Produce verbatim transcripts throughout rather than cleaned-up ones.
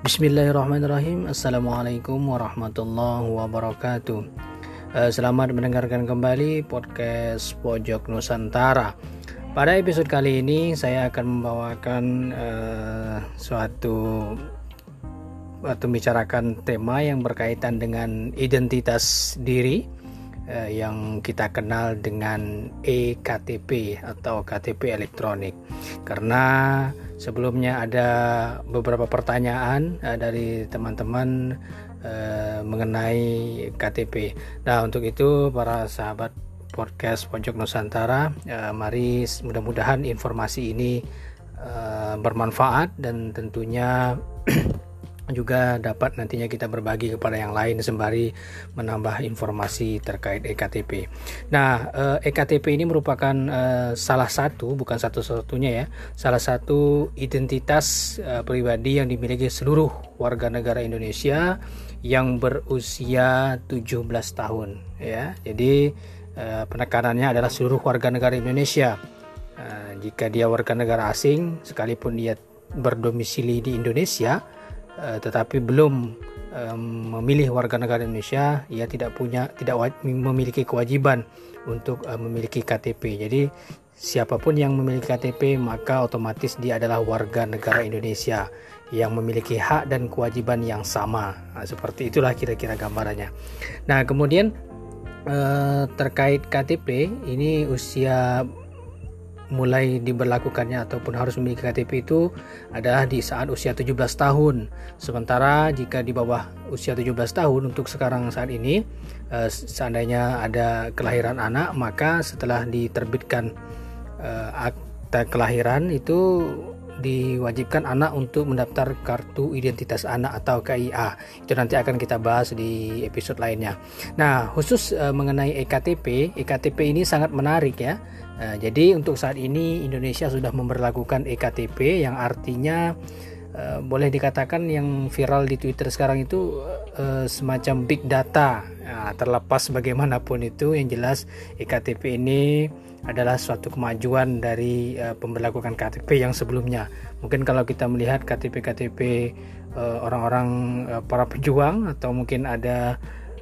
Bismillahirrahmanirrahim. Assalamualaikum warahmatullahi wabarakatuh. Eh, Selamat mendengarkan kembali podcast Pojok Nusantara. Pada episode kali ini saya akan membawakan uh, suatu atau membicarakan tema yang berkaitan dengan identitas diri uh, yang kita kenal dengan e K T P atau K T P elektronik. Karena sebelumnya ada beberapa pertanyaan uh, dari teman-teman uh, mengenai K T P. Nah, untuk itu para sahabat podcast Pojok Nusantara, uh, mari mudah-mudahan informasi ini uh, bermanfaat dan tentunya juga dapat nantinya kita berbagi kepada yang lain sembari menambah informasi terkait e K T P. Nah, e K T P ini merupakan uh, salah satu, bukan satu-satunya ya, salah satu identitas uh, pribadi yang dimiliki seluruh warga negara Indonesia yang berusia tujuh belas tahun ya. Jadi uh, penekanannya adalah seluruh warga negara Indonesia. Uh, jika dia warga negara asing, sekalipun dia berdomisili di Indonesia, Uh, tetapi belum um, memilih warga negara Indonesia, ia tidak punya tidak waj- memiliki kewajiban untuk uh, memiliki K T P. Jadi siapapun yang memiliki K T P maka otomatis dia adalah warga negara Indonesia yang memiliki hak dan kewajiban yang sama. Nah, seperti itulah kira-kira gambarannya. Nah, kemudian uh, terkait K T P ini usia mulai diberlakukannya ataupun harus memiliki K T P itu adalah di saat usia tujuh belas tahun. Sementara jika di bawah usia tujuh belas tahun untuk sekarang saat ini, eh, seandainya ada kelahiran anak, maka setelah diterbitkan eh, akta kelahiran itu diwajibkan anak untuk mendaftar kartu identitas anak atau K I A. Itu nanti akan kita bahas di episode lainnya. Nah, khusus eh, mengenai e K T P, e K T P ini sangat menarik ya. Nah, jadi untuk saat ini Indonesia sudah memberlakukan e K T P yang artinya uh, boleh dikatakan yang viral di Twitter sekarang itu uh, semacam big data. Nah, terlepas bagaimanapun itu, yang jelas e K T P ini adalah suatu kemajuan dari uh, pemberlakuan K T P yang sebelumnya. Mungkin kalau kita melihat K T P K T P uh, orang-orang uh, para pejuang atau mungkin ada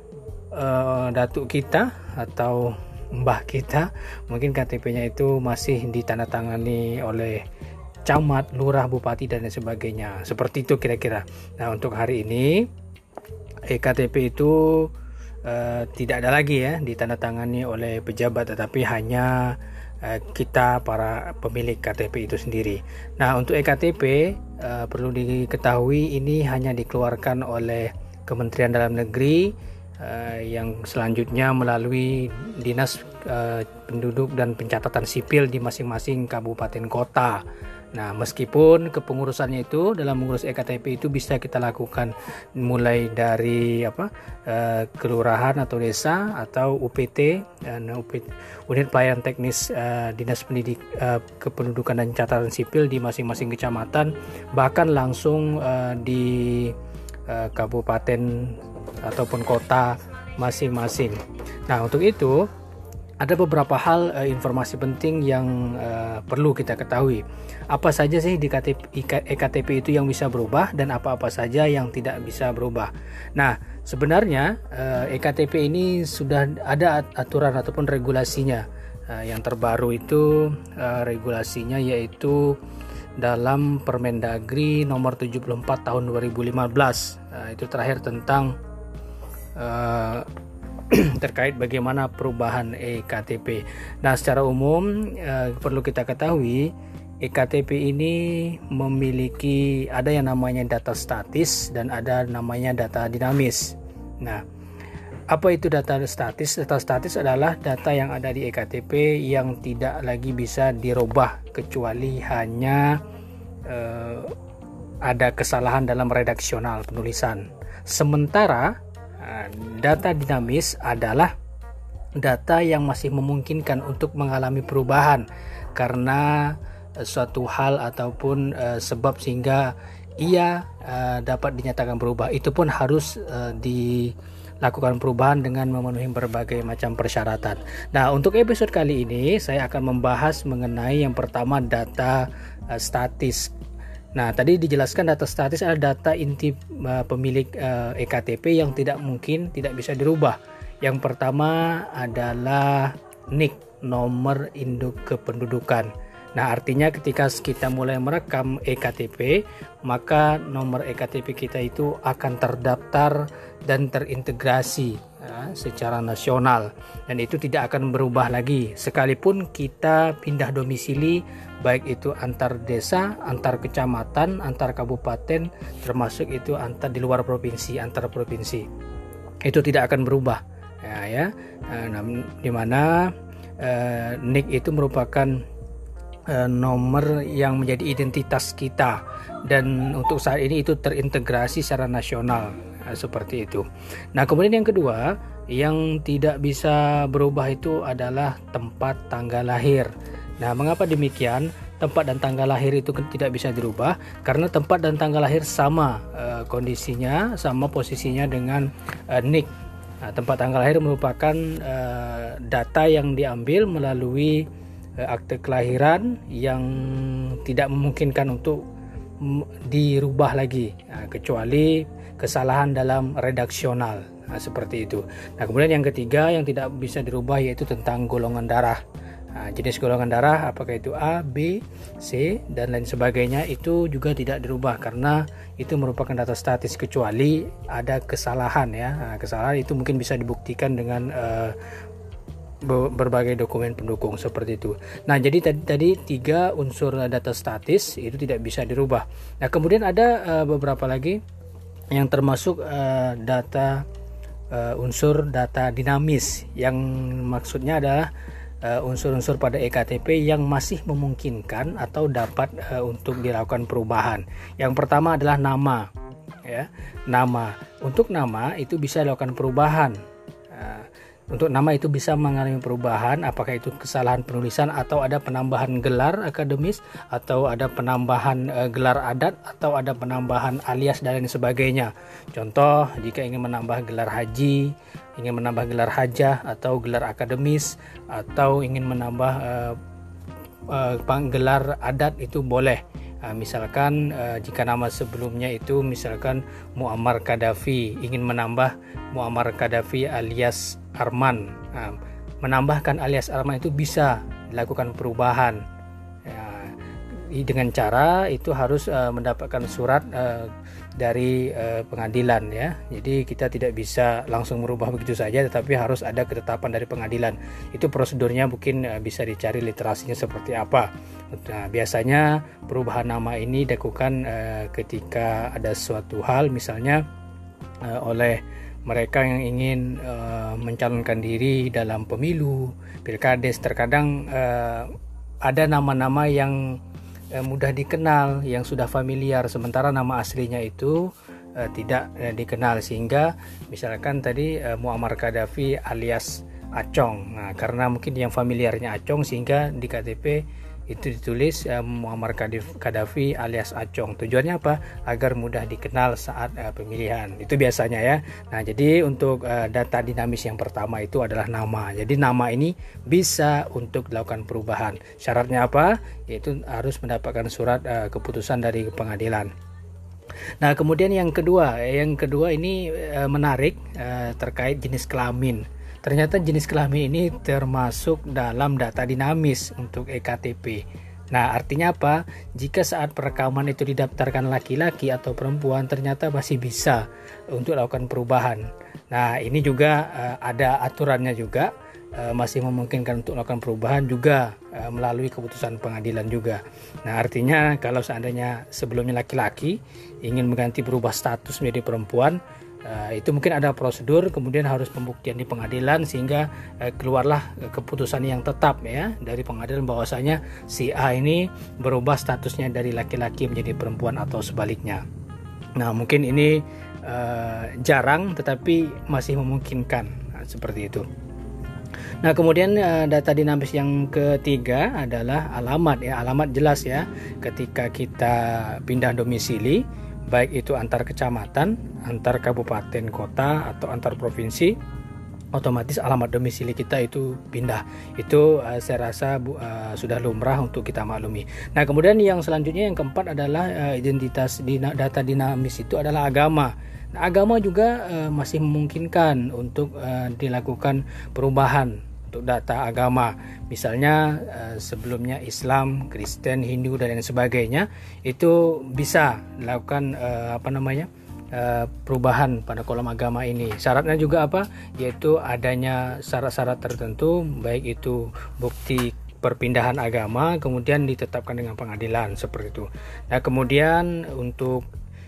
uh, datuk kita atau mbah kita, mungkin K T P-nya itu masih ditandatangani oleh camat, lurah, bupati dan lain sebagainya. Seperti itu kira-kira. Nah, untuk hari ini e K T P itu uh, tidak ada lagi ya ditandatangani oleh pejabat, tetapi hanya uh, kita para pemilik K T P itu sendiri. Nah, untuk e K T P uh, perlu diketahui ini hanya dikeluarkan oleh Kementerian Dalam Negeri, Uh, yang selanjutnya melalui Dinas uh, Penduduk dan Pencatatan Sipil di masing-masing kabupaten kota. Nah, meskipun kepengurusannya itu dalam mengurus e K T P itu bisa kita lakukan mulai dari apa uh, kelurahan atau desa atau U P T dan U P T, unit pelayanan teknis uh, Dinas Pendidik uh, Kependudukan dan Catatan Sipil di masing-masing kecamatan, bahkan langsung uh, di uh, kabupaten ataupun kota masing-masing. Nah, untuk itu ada beberapa hal e, informasi penting yang e, perlu kita ketahui. Apa saja sih di K T P, e K T P itu yang bisa berubah dan apa-apa saja yang tidak bisa berubah. Nah, sebenarnya e K T P ini sudah ada aturan ataupun regulasinya. E, yang terbaru itu e, regulasinya yaitu dalam Permendagri nomor tujuh puluh empat tahun dua ribu lima belas. E, itu terakhir tentang Uh, terkait bagaimana perubahan e K T P. Nah, secara umum uh, perlu kita ketahui e K T P ini memiliki ada yang namanya data statis dan ada namanya data dinamis. Nah, apa itu data statis? Data statis adalah data yang ada di e K T P yang tidak lagi bisa dirubah kecuali hanya uh, ada kesalahan dalam redaksional penulisan. Sementara data dinamis adalah data yang masih memungkinkan untuk mengalami perubahan karena suatu hal ataupun uh, sebab sehingga ia uh, dapat dinyatakan berubah. Itu pun harus uh, dilakukan perubahan dengan memenuhi berbagai macam persyaratan. Nah, untuk episode kali ini saya akan membahas mengenai yang pertama data uh, statis. Nah, tadi dijelaskan data statis adalah data inti uh, pemilik uh, E K T P yang tidak mungkin tidak bisa dirubah. Yang pertama adalah N I K, nomor induk kependudukan. Nah, artinya ketika kita mulai merekam E K T P, maka nomor E K T P kita itu akan terdaftar dan terintegrasi ya, secara nasional, dan itu tidak akan berubah lagi sekalipun kita pindah domisili, baik itu antar desa, antar kecamatan, antar kabupaten, termasuk itu antar di luar provinsi, antar provinsi, itu tidak akan berubah ya, ya. Nah, di mana eh, N I K itu merupakan eh, nomor yang menjadi identitas kita, dan untuk saat ini itu terintegrasi secara nasional eh, seperti itu. Nah, kemudian yang kedua yang tidak bisa berubah itu adalah tempat tanggal lahir. Nah, mengapa demikian? Tempat dan tanggal lahir itu tidak bisa dirubah karena tempat dan tanggal lahir sama uh, kondisinya, sama posisinya dengan uh, N I K. Nah, tempat tanggal lahir merupakan uh, data yang diambil melalui uh, akte kelahiran yang tidak memungkinkan untuk dirubah lagi, nah, kecuali kesalahan dalam redaksional, nah, seperti itu. Nah, kemudian yang ketiga yang tidak bisa dirubah yaitu tentang golongan darah. Nah, jenis golongan darah apakah itu A, B, C dan lain sebagainya itu juga tidak dirubah karena itu merupakan data statis kecuali ada kesalahan ya. Nah, kesalahan itu mungkin bisa dibuktikan dengan uh, berbagai dokumen pendukung seperti itu. Nah, jadi tadi, tadi tiga unsur data statis itu tidak bisa dirubah. Nah, kemudian ada uh, beberapa lagi yang termasuk uh, data uh, unsur data dinamis, yang maksudnya adalah Uh, unsur-unsur pada E K T P yang masih memungkinkan atau dapat uh, untuk dilakukan perubahan. Yang pertama adalah nama, ya, nama. Untuk nama itu bisa dilakukan perubahan. Uh, untuk nama itu bisa mengalami perubahan, apakah itu kesalahan penulisan atau ada penambahan gelar akademis atau ada penambahan uh, gelar adat atau ada penambahan alias dan lain sebagainya. Contoh, jika ingin menambah gelar haji, ingin menambah gelar hajah atau gelar akademis, atau ingin menambah uh, uh, gelar adat itu boleh. Uh, misalkan uh, jika nama sebelumnya itu misalkan Muammar Gaddafi, ingin menambah Muammar Gaddafi alias Arman, uh, menambahkan alias Arman itu bisa dilakukan perubahan ya, dengan cara itu harus uh, mendapatkan surat uh, dari uh, pengadilan ya. Jadi kita tidak bisa langsung merubah begitu saja, tetapi harus ada ketetapan dari pengadilan. Itu prosedurnya mungkin uh, bisa dicari literasinya seperti apa. Nah, biasanya perubahan nama ini dilakukan uh, ketika ada suatu hal, misalnya uh, oleh mereka yang ingin uh, mencalonkan diri dalam pemilu, pilkades. Terkadang uh, ada nama-nama yang mudah dikenal, yang sudah familiar, sementara nama aslinya itu uh, tidak uh, dikenal, sehingga misalkan tadi uh, Muammar Gaddafi alias Acong. Nah, karena mungkin yang familiarnya Acong sehingga di K T P itu ditulis uh, Muammar Gaddafi alias Acong. Tujuannya apa? Agar mudah dikenal saat uh, pemilihan. Itu biasanya ya. Nah, jadi untuk uh, data dinamis yang pertama itu adalah nama. Jadi nama ini bisa untuk dilakukan perubahan. Syaratnya apa? Yaitu harus mendapatkan surat uh, keputusan dari pengadilan. Nah, kemudian yang kedua, yang kedua ini uh, menarik uh, terkait jenis kelamin. Ternyata jenis kelamin ini termasuk dalam data dinamis untuk E K T P. Nah, artinya apa? Jika saat perekaman itu didaftarkan laki-laki atau perempuan, ternyata masih bisa untuk lakukan perubahan. Nah, ini juga uh, ada aturannya juga, uh, masih memungkinkan untuk melakukan perubahan juga uh, melalui keputusan pengadilan juga. Nah, artinya kalau seandainya sebelumnya laki-laki ingin mengganti berubah status menjadi perempuan, Uh, itu mungkin ada prosedur, kemudian harus pembuktian di pengadilan sehingga uh, keluarlah keputusan yang tetap ya dari pengadilan bahwasanya si A ini berubah statusnya dari laki-laki menjadi perempuan atau sebaliknya. Nah, mungkin ini uh, jarang tetapi masih memungkinkan, nah, seperti itu. Nah, kemudian uh, data dinamis yang ketiga adalah alamat ya. Alamat jelas ya, ketika kita pindah domisili, baik itu antar kecamatan, antar kabupaten kota atau antar provinsi, otomatis alamat domisili kita itu pindah. Itu uh, saya rasa uh, sudah lumrah untuk kita maklumi. Nah, kemudian yang selanjutnya yang keempat adalah uh, identitas dina, data dinamis itu adalah agama. Nah, agama juga uh, masih memungkinkan untuk uh, dilakukan perubahan untuk data agama. Misalnya uh, sebelumnya Islam, Kristen, Hindu dan lain sebagainya, itu bisa dilakukan uh, apa namanya? Uh, perubahan pada kolom agama ini. Syaratnya juga apa? Yaitu adanya syarat-syarat tertentu, baik itu bukti perpindahan agama, kemudian ditetapkan dengan pengadilan seperti itu. Nah, kemudian untuk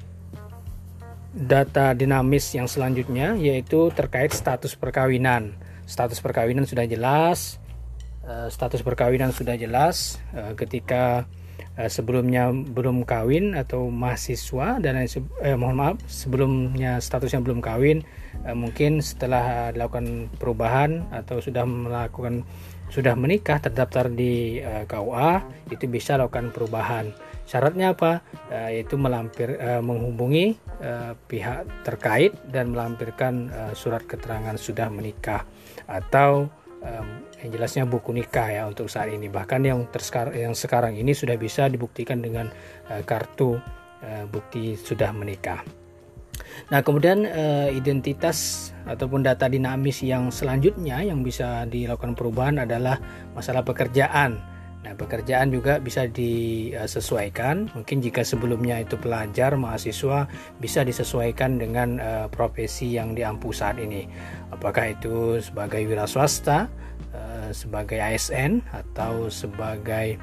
data dinamis yang selanjutnya yaitu terkait status perkawinan. Status perkawinan sudah jelas. Uh, status perkawinan sudah jelas uh, ketika sebelumnya belum kawin atau mahasiswa dan eh, mohon maaf sebelumnya statusnya belum kawin, eh, mungkin setelah dilakukan perubahan atau sudah melakukan sudah menikah terdaftar di eh, K U A, itu bisa lakukan perubahan. Syaratnya apa? Eh, yaitu melampir eh, menghubungi eh, pihak terkait dan melampirkan eh, surat keterangan sudah menikah atau eh, yang jelasnya buku nikah ya untuk saat ini. Bahkan yang tersekar, yang sekarang ini sudah bisa dibuktikan dengan uh, kartu uh, bukti sudah menikah. Nah, kemudian uh, identitas ataupun data dinamis yang selanjutnya yang bisa dilakukan perubahan adalah masalah pekerjaan. Nah, pekerjaan juga bisa disesuaikan. Mungkin jika sebelumnya itu pelajar, mahasiswa, bisa disesuaikan dengan uh, profesi yang diampu saat ini. Apakah itu sebagai wira swasta, uh, sebagai A S N, atau sebagai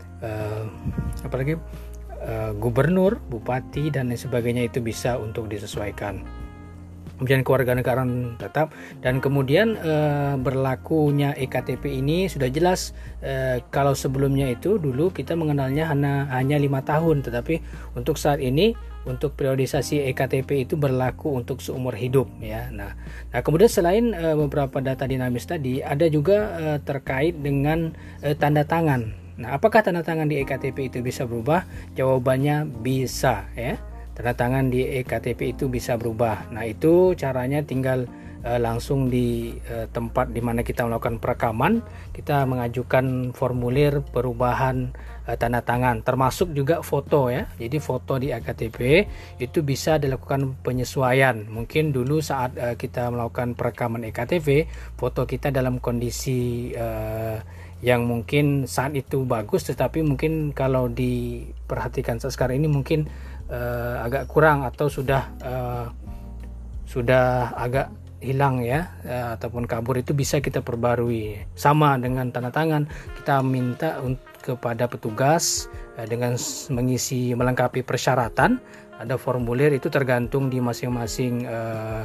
uh, apa lagi uh, gubernur, bupati dan lain sebagainya, itu bisa untuk disesuaikan. Kemudian kewarganegaraan tetap, dan kemudian e, berlakunya E K T P ini sudah jelas. E, kalau sebelumnya itu dulu kita mengenalnya hanya hanya lima tahun, tetapi untuk saat ini untuk periodisasi E K T P itu berlaku untuk seumur hidup ya. Nah, nah kemudian selain e, beberapa data dinamis tadi, ada juga e, terkait dengan e, tanda tangan. Nah, apakah tanda tangan di E K T P itu bisa berubah? Jawabannya bisa ya. Tanda tangan di E K T P itu bisa berubah. Nah, itu caranya tinggal uh, langsung di uh, tempat di mana kita melakukan perekaman, kita mengajukan formulir perubahan uh, tanda tangan, termasuk juga foto ya. Jadi foto di E K T P itu bisa dilakukan penyesuaian. Mungkin dulu saat uh, kita melakukan perekaman E K T P, foto kita dalam kondisi uh, yang mungkin saat itu bagus, tetapi mungkin kalau diperhatikan sekarang ini mungkin Uh, agak kurang atau sudah uh, sudah agak hilang ya, uh, ataupun kabur. Itu bisa kita perbarui. Sama dengan tanda tangan, kita minta untuk kepada petugas uh, dengan mengisi melengkapi persyaratan, ada formulir, itu tergantung di masing-masing uh,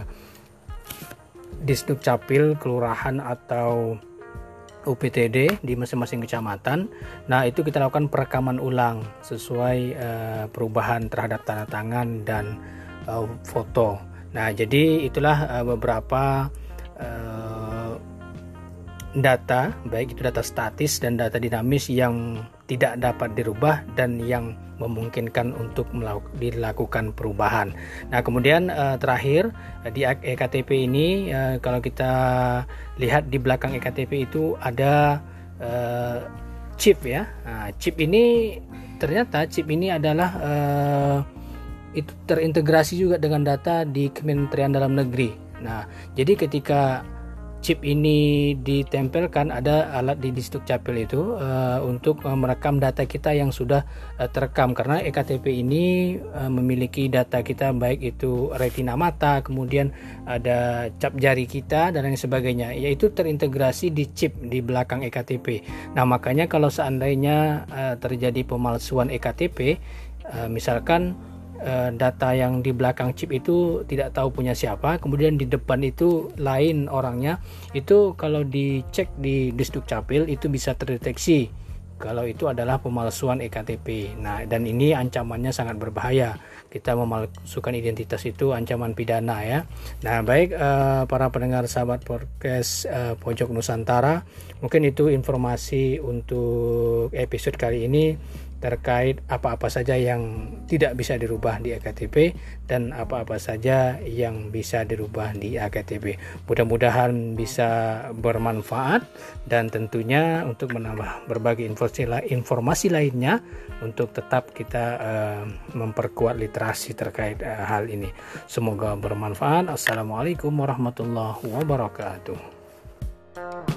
Disduk Capil, kelurahan atau U P T D di masing-masing kecamatan. Nah, itu kita lakukan perekaman ulang sesuai uh, perubahan terhadap tanda tangan dan uh, foto. Nah, jadi itulah uh, beberapa uh, data, baik itu data statis dan data dinamis yang tidak dapat dirubah dan yang memungkinkan untuk dilakukan perubahan. Nah, kemudian uh, terakhir di E K T P ini, uh, kalau kita lihat di belakang E K T P itu ada uh, chip ya. Nah, chip ini ternyata chip ini adalah uh, itu terintegrasi juga dengan data di Kementerian Dalam Negeri. Nah, jadi ketika chip ini ditempelkan, ada alat di Disduk Capil itu uh, untuk uh, merekam data kita yang sudah uh, terekam, karena E K T P ini uh, memiliki data kita baik itu retina mata, kemudian ada cap jari kita dan lain sebagainya, yaitu terintegrasi di chip di belakang E K T P. Nah, makanya kalau seandainya uh, terjadi pemalsuan E K T P, uh, misalkan data yang di belakang chip itu tidak tahu punya siapa, kemudian di depan itu lain orangnya, itu kalau dicek di Disduk Capil itu bisa terdeteksi kalau itu adalah pemalsuan E K T P. Nah, dan ini ancamannya sangat berbahaya. Kita memalsukan identitas itu ancaman pidana ya. Nah, baik uh, para pendengar sahabat podcast uh, Pojok Nusantara, mungkin itu informasi untuk episode kali ini. terkait apa-apa saja yang tidak bisa dirubah di E K T P dan apa-apa saja yang bisa dirubah di E K T P. Mudah-mudahan bisa bermanfaat dan tentunya untuk menambah berbagai informasi lainnya untuk tetap kita uh, memperkuat literasi terkait uh, hal ini. Semoga bermanfaat. Assalamualaikum warahmatullahi wabarakatuh.